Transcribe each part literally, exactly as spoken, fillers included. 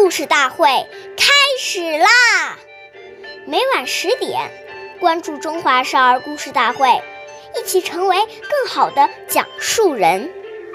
故事大会开始啦！每晚十点，关注中华少儿故事大会，一起成为更好的讲述人。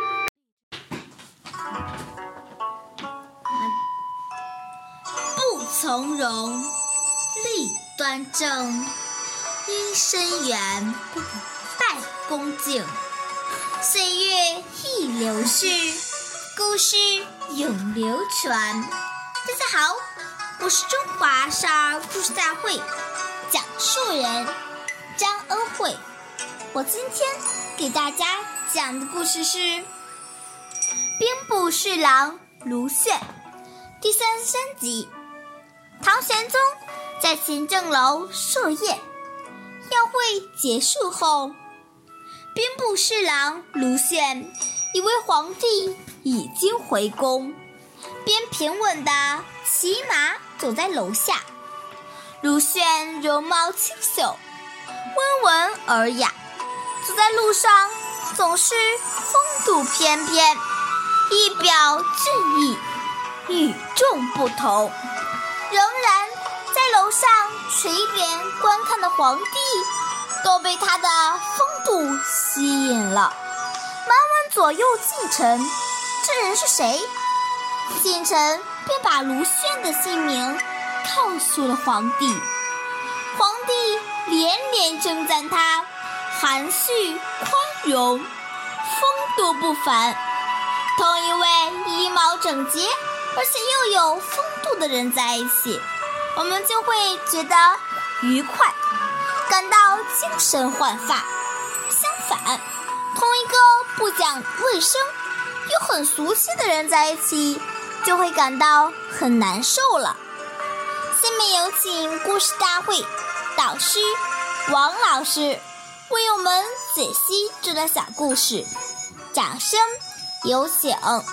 不从容，立端正，氙深远，拜恭敬。岁月易流逝，故事永流传。大家好，我是中华少儿故事大会讲述人张恩惠。我今天给大家讲的故事是兵部侍郎卢旋第三十三集。唐玄宗在勤政楼设宴，宴会结束后，兵部侍郎卢旋以为皇帝已经回宫，便平稳地骑马走在楼下。卢旋容貌清秀，温文尔雅，走在路上总是风度翩翩，一表俊逸，与众不同。仍然在楼上垂帘观看的皇帝都被他的风度吸引了，忙问左右近臣，这人是谁？近臣便把卢旋的姓名告诉了皇帝。皇帝连连称赞他含蓄宽容，风度不凡，同一位衣帽整洁而且又有风度的人在一起，我们就会觉得愉快，感到精神焕发。相反，同一个不讲卫生又很俗气的人在一起，就会感到很难受了。下面有请故事大会导师王老师为我们解析这段小故事，掌声有请。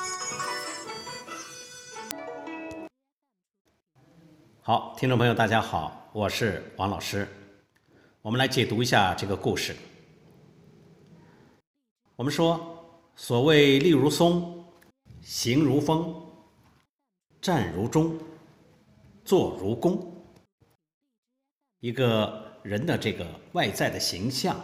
好，听众朋友大家好，我是王老师。我们来解读一下这个故事。我们说，所谓立如松，行如风，站如钟，坐如弓。一个人的这个外在的形象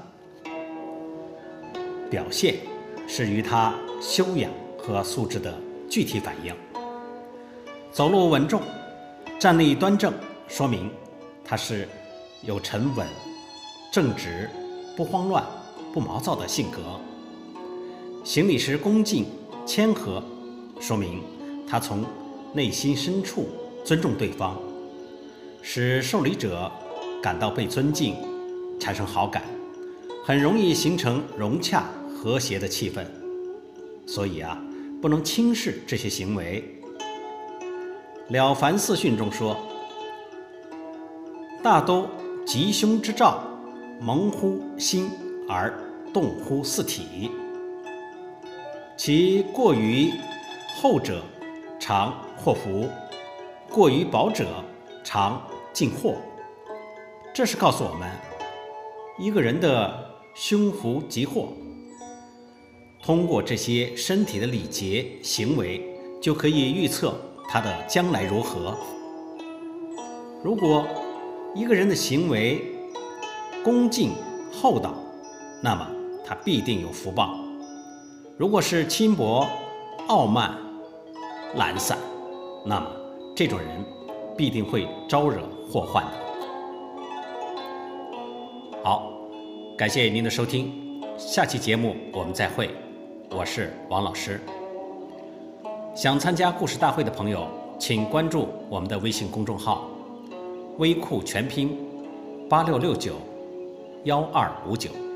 表现，是与他修养和素质的具体反应。走路稳重，站立端正，说明他是有沉稳、正直、不慌乱、不毛躁的性格。行礼时恭敬谦和，说明他从内心深处尊重对方，使受礼者感到被尊敬，产生好感，很容易形成融洽和谐的气氛。所以啊，不能轻视这些行为。《了凡四训》中说，大都吉凶之兆，蒙乎心而动乎四体，其过于厚者常祸福，过于薄者常尽祸。这是告诉我们，一个人的凶福吉祸，通过这些身体的礼节行为，就可以预测他的将来如何。如果一个人的行为恭敬厚道，那么他必定有福报。如果是轻薄、傲慢、懒散，那么这种人必定会招惹祸患的。好，感谢您的收听，下期节目我们再会，我是王老师。想参加故事大会的朋友，请关注我们的微信公众号微库全拼八六六九幺二五九。